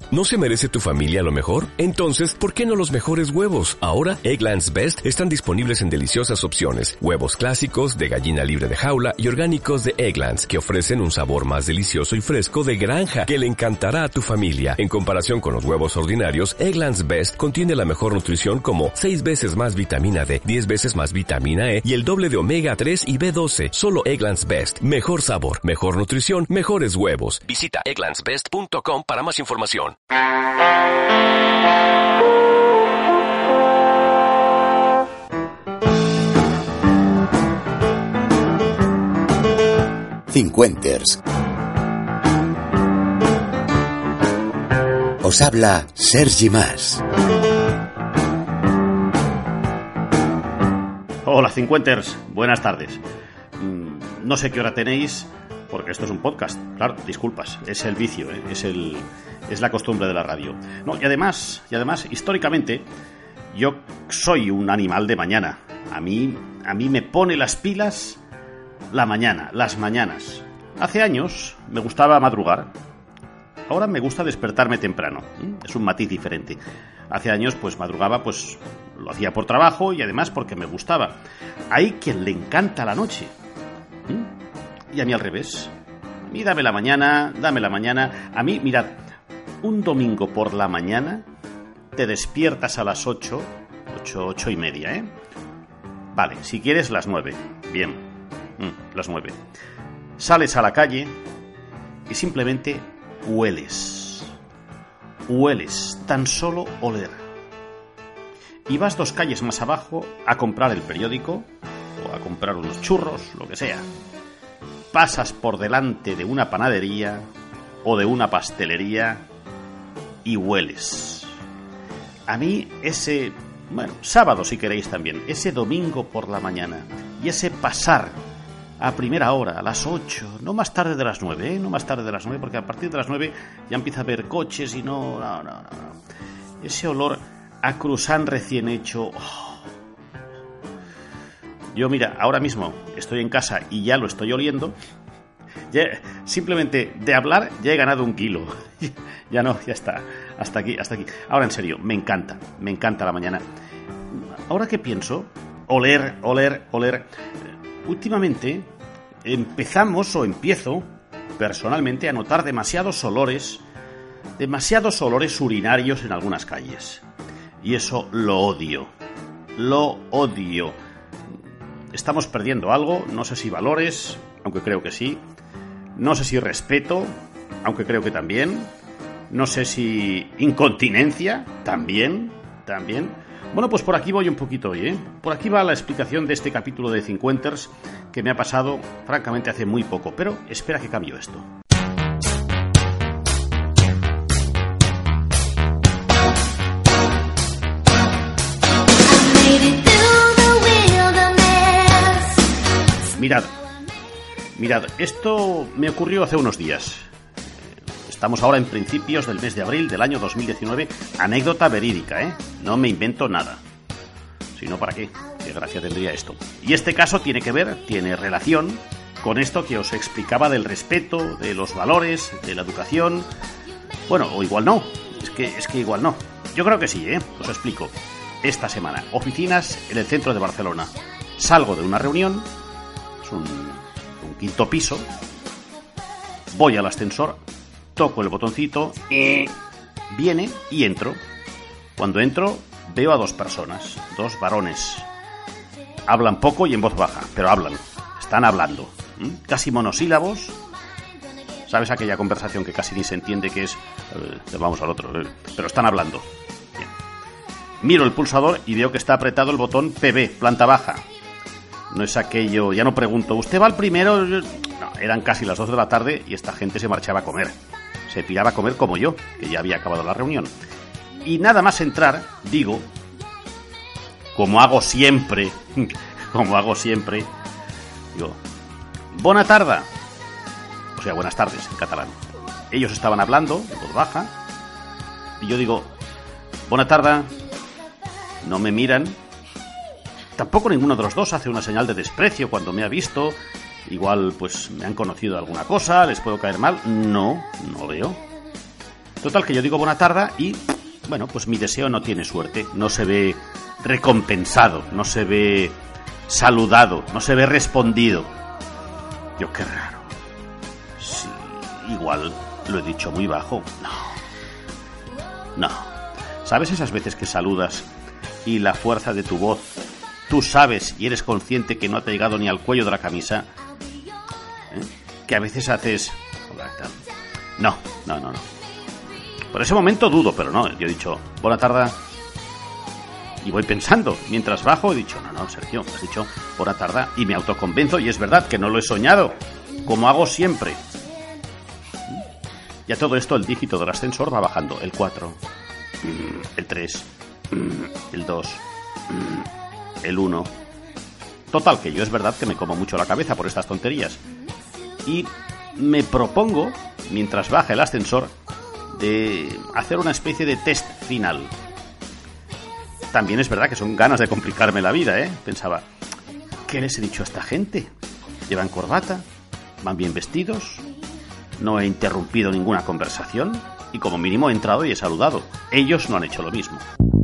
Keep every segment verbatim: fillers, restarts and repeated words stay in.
¿No se merece tu familia lo mejor? Entonces, ¿por qué no los mejores huevos? Ahora, Eggland's Best están disponibles en deliciosas opciones. Huevos clásicos, de gallina libre de jaula y orgánicos de Eggland's, que ofrecen un sabor más delicioso y fresco de granja que le encantará a tu familia. En comparación con los huevos ordinarios, Eggland's Best contiene la mejor nutrición como seis veces más vitamina D, diez veces más vitamina E y el doble de omega tres y B doce. Solo Eggland's Best. Mejor sabor, mejor nutrición, mejores huevos. Visita egglands best punto com para más información. Cincuenters. Os habla Sergi Mas. Hola Cincuenters, buenas tardes. No sé qué hora tenéis, porque esto es un podcast. Claro, disculpas, es el vicio, ¿eh? es el es la costumbre de la radio. No, y además, y además, históricamente, yo soy un animal de mañana. A mí, a mí me pone las pilas la mañana, las mañanas. Hace años me gustaba madrugar. Ahora me gusta despertarme temprano. Es un matiz diferente. Hace años, pues madrugaba, pues lo hacía por trabajo y además porque me gustaba. Hay quien le encanta la noche. Y a mí al revés. A mí dame la mañana, dame la mañana. A mí, mirad, un domingo por la mañana te despiertas a las ocho, ocho, ocho y media, ¿eh? Vale, si quieres las nueve. Bien, mm, las nueve. Sales a la calle y simplemente hueles. Hueles, tan solo oler. Y vas dos calles más abajo a comprar el periódico o a comprar unos churros, lo que sea. Pasas por delante de una panadería o de una pastelería y hueles. A mí ese, bueno, sábado si queréis también, ese domingo por la mañana y ese pasar a primera hora, a las ocho, no más tarde de las nueve, ¿eh? No más tarde de las nueve, porque a partir de las nueve ya empieza a haber coches y no, no, no, no. Ese olor a croissant recién hecho. Oh. Yo, mira, ahora mismo estoy en casa y ya lo estoy oliendo. Ya, simplemente de hablar ya he ganado un kilo. Ya no, ya está. Hasta aquí, hasta aquí. Ahora en serio, me encanta, me encanta la mañana. Ahora que pienso, oler, oler, oler. Últimamente empezamos o empiezo personalmente a notar demasiados olores, demasiados olores urinarios en algunas calles. Y eso lo odio, lo odio. Estamos perdiendo algo, no sé si valores, aunque creo que sí. No sé si respeto, aunque creo que también. No sé si incontinencia, también, también. Bueno, pues por aquí voy un poquito hoy, ¿eh? Por aquí va la explicación de este capítulo de Cincuenters que me ha pasado, francamente, hace muy poco. Pero espera que cambio esto. Mirad, mirad, esto me ocurrió hace unos días. Estamos ahora en principios del mes de abril del año dos mil diecinueve. Anécdota verídica, ¿eh? No me invento nada. Si no, ¿para qué? ¿Qué gracia tendría esto? Y este caso tiene que ver, tiene relación con esto que os explicaba del respeto, de los valores, de la educación. Bueno, o igual no. Es que, es que igual no. Yo creo que sí, ¿eh? Os explico. Esta semana, oficinas en el centro de Barcelona. Salgo de una reunión. Es un, un quinto piso. Voy al ascensor. Toco el botoncito, eh, viene y entro. Cuando entro, veo a dos personas, dos varones. Hablan poco y en voz baja, pero hablan, están hablando. ¿Mm? Casi monosílabos. ¿Sabes aquella conversación que casi ni se entiende que es? Eh, vamos al otro, eh, pero están hablando. Bien. Miro el pulsador y veo que está apretado el botón P B, planta baja. No es aquello, ya no pregunto, ¿usted va al primero? No, eran casi las dos de la tarde y esta gente se marchaba a comer. Se piraba a comer como yo, que ya había acabado la reunión. Y nada más entrar, digo, como hago siempre, como hago siempre, digo, bona tarda. O sea, buenas tardes en catalán. Ellos estaban hablando, en voz baja, y yo digo, bona tarda. No me miran. Tampoco ninguno de los dos hace una señal de desprecio cuando me ha visto. Igual, pues, me han conocido de alguna cosa, les puedo caer mal. No, no veo. Total, que yo digo buena tarde y, bueno, pues mi deseo no tiene suerte. No se ve recompensado, no se ve saludado, no se ve respondido. Yo, qué raro. Sí, igual lo he dicho muy bajo. No. No. ¿Sabes esas veces que saludas y la fuerza de tu voz, tú sabes y eres consciente que no te ha llegado ni al cuello de la camisa? ¿Eh? Que a veces haces... No, no, no, no. Por ese momento dudo, pero no. Yo he dicho, buena tarde. Y voy pensando, mientras bajo, he dicho, no, no, Sergio, has dicho buena tarde. Y me autoconvenzo, y es verdad que no lo he soñado, como hago siempre. Y a todo esto el dígito del ascensor va bajando. El cuatro, el tres, el dos, el uno. Total, que yo es verdad que me como mucho la cabeza por estas tonterías. Y me propongo, mientras baja el ascensor, de hacer una especie de test final. También es verdad que son ganas de complicarme la vida, ¿eh? Pensaba, ¿qué les he dicho a esta gente? ¿Llevan corbata? ¿Van bien vestidos? No he interrumpido ninguna conversación y como mínimo he entrado y he saludado. Ellos no han hecho lo mismo.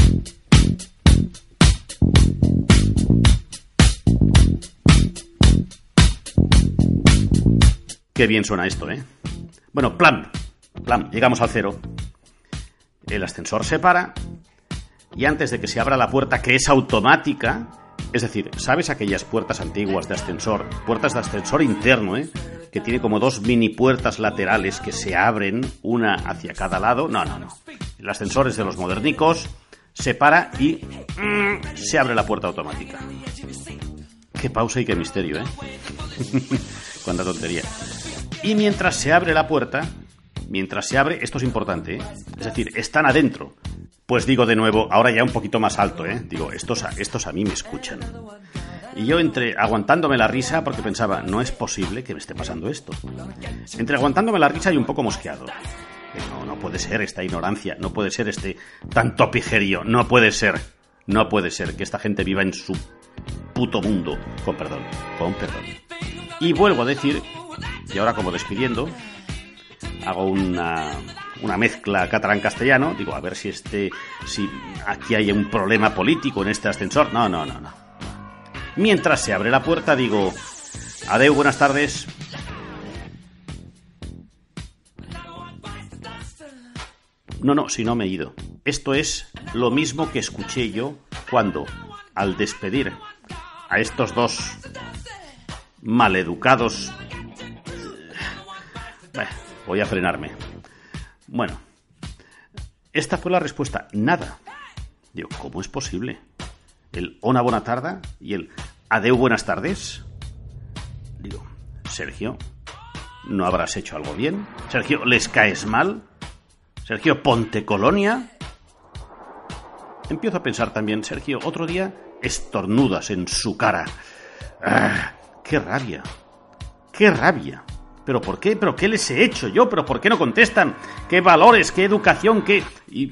Qué bien suena esto, ¿eh? Bueno, plan, plan, llegamos al cero. El ascensor se para y antes de que se abra la puerta, que es automática, es decir, ¿sabes aquellas puertas antiguas de ascensor? Puertas de ascensor interno, ¿eh? Que tiene como dos mini puertas laterales que se abren, una hacia cada lado. No, no, no. El ascensor es de los modernicos, se para y mmm, se abre la puerta automática. Qué pausa y qué misterio, ¿eh? Cuánta tontería. Y mientras se abre la puerta, mientras se abre, esto es importante, ¿eh? Es decir, están adentro. Pues digo de nuevo, ahora ya un poquito más alto, ¿eh? Digo, estos a, estos a mí me escuchan. Y yo entre aguantándome la risa, porque pensaba, no es posible que me esté pasando esto. Entre aguantándome la risa y un poco mosqueado. No, no puede ser esta ignorancia, no puede ser este tanto pijerío, no puede ser, no puede ser que esta gente viva en su puto mundo. Con perdón, con perdón. Y vuelvo a decir, y ahora como despidiendo, hago una, una mezcla catalán-castellano, digo, a ver si este, si aquí hay un problema político en este ascensor. No, no, no, no. Mientras se abre la puerta, digo, adeu, buenas tardes. No, no, si no me he ido. Esto es lo mismo que escuché yo cuando, al despedir a estos dos maleducados... Voy a frenarme. Bueno, esta fue la respuesta. Nada. Digo, ¿cómo es posible? El ona bona tarda y el adeu buenas tardes. Digo, Sergio, ¿no habrás hecho algo bien? Sergio, ¿les caes mal? Sergio, ponte colonia. Empiezo a pensar también, Sergio, otro día estornudas en su cara. ¡Ah! ¡Qué rabia! ¡Qué rabia! ¿Pero por qué? ¿Pero qué les he hecho yo? ¿Pero por qué no contestan? ¿Qué valores? ¿Qué educación? ¿Qué...? Y...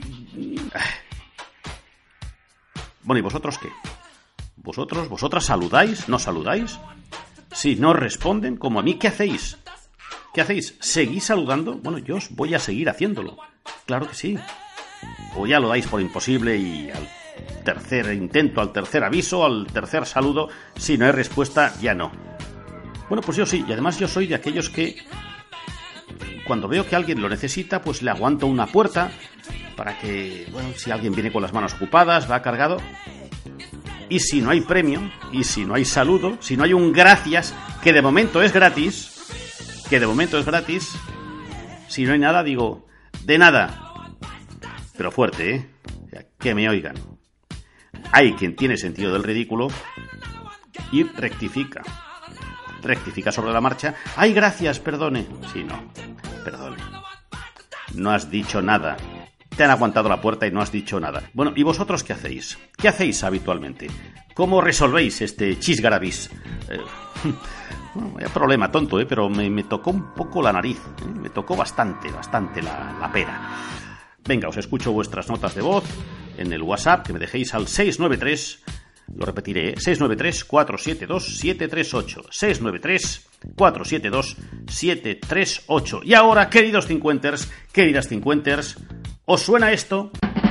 Bueno, ¿y vosotros qué? ¿Vosotros? ¿Vosotras saludáis? ¿No saludáis? Si no responden, como a mí, ¿qué hacéis? ¿Qué hacéis? ¿Seguís saludando? Bueno, yo os voy a seguir haciéndolo. Claro que sí. O ya lo dais por imposible y al tercer intento, al tercer aviso, al tercer saludo, si no hay respuesta, ya no. Bueno, pues yo sí, y además yo soy de aquellos que cuando veo que alguien lo necesita, pues le aguanto una puerta para que, bueno, si alguien viene con las manos ocupadas, va cargado. Y si no hay premio, y si no hay saludo, si no hay un gracias, que de momento es gratis, que de momento es gratis, si no hay nada, digo, de nada. Pero fuerte, ¿eh? O sea, que me oigan. Hay quien tiene sentido del ridículo y rectifica. Rectifica sobre la marcha. ¡Ay, gracias, perdone! Sí, no, perdone. No has dicho nada. Te han aguantado la puerta y no has dicho nada. Bueno, ¿y vosotros qué hacéis? ¿Qué hacéis habitualmente? ¿Cómo resolvéis este chisgarabis? Eh, bueno, vaya problema tonto, ¿eh? Pero me, me tocó un poco la nariz. ¿eh? Me tocó bastante, bastante la, la pera. Venga, os escucho vuestras notas de voz en el WhatsApp, que me dejéis al seis nueve tres... Lo repetiré, ¿eh? seis nueve tres, cuatro siete dos, siete tres ocho. seis nueve tres, cuatro siete dos, siete tres ocho. Y ahora, queridos cincuenters, queridas cincuenters, ¿os suena esto?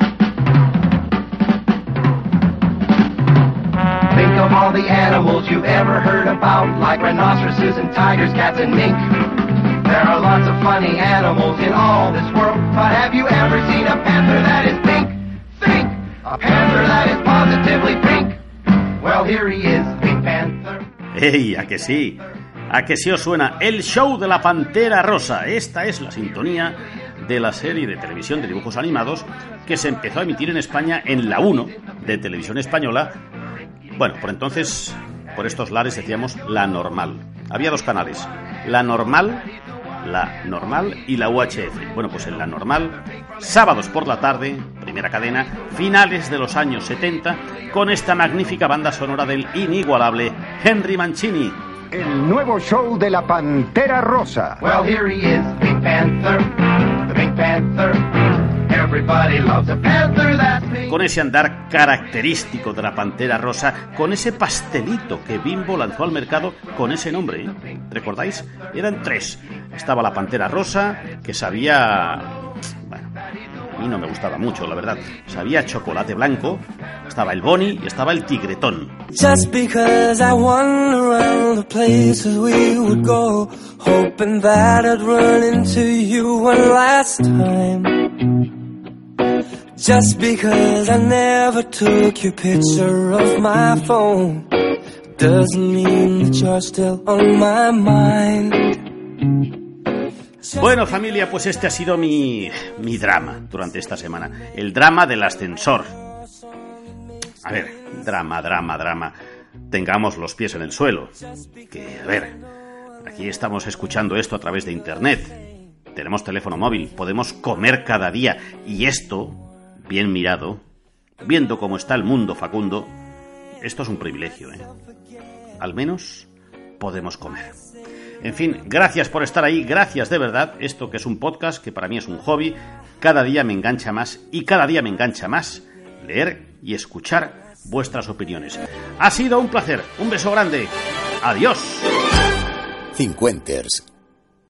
Think of all the animals you've ever heard about, like rhinoceroses and tigers, cats and mink. There are lots of funny animals in all this world, but have you ever seen a panther that is pink? Think! A panther that is positively pink. Well, here he is, Pink Panther. ¡Ey, a que sí! ¿A que sí os suena? El show de la Pantera Rosa. Esta es la sintonía de la serie de televisión de dibujos animados que se empezó a emitir en España en la uno de Televisión Española. Bueno, por entonces, por estos lares decíamos la normal. Había dos canales, la normal, la normal y la U H F. Bueno, pues en la normal, sábados por la tarde, primera cadena, finales de los años setenta, con esta magnífica banda sonora del inigualable Henry Mancini. El nuevo show de la Pantera Rosa. Well, here he is, Pink Panther, the Pink Panther. Everybody loves a panther that's pink. Con ese andar característico de la Pantera Rosa, con ese pastelito que Bimbo lanzó al mercado con ese nombre, ¿eh? ¿Recordáis? Eran tres. Estaba la Pantera Rosa, que sabía... Bueno, a mí no me gustaba mucho, la verdad. Sabía chocolate blanco, estaba el Bonnie y estaba el Tigretón. Just because I wander around the places we would go, hoping that I'd run into you one last time. Just because I never took your picture of my phone doesn't mean that you're still on my mind. Bueno, familia, pues este ha sido mi, mi drama durante esta semana. El drama del ascensor. A ver, drama, drama, drama. Tengamos los pies en el suelo. Que, a ver, aquí estamos escuchando esto a través de internet. Tenemos teléfono móvil, podemos comer cada día. Y esto, bien mirado, viendo cómo está el mundo facundo, esto es un privilegio, ¿eh? Al menos podemos comer. En fin, gracias por estar ahí, gracias de verdad. Esto que es un podcast, que para mí es un hobby, cada día me engancha más y cada día me engancha más leer y escuchar vuestras opiniones. Ha sido un placer, un beso grande. Adiós. Cincuenters.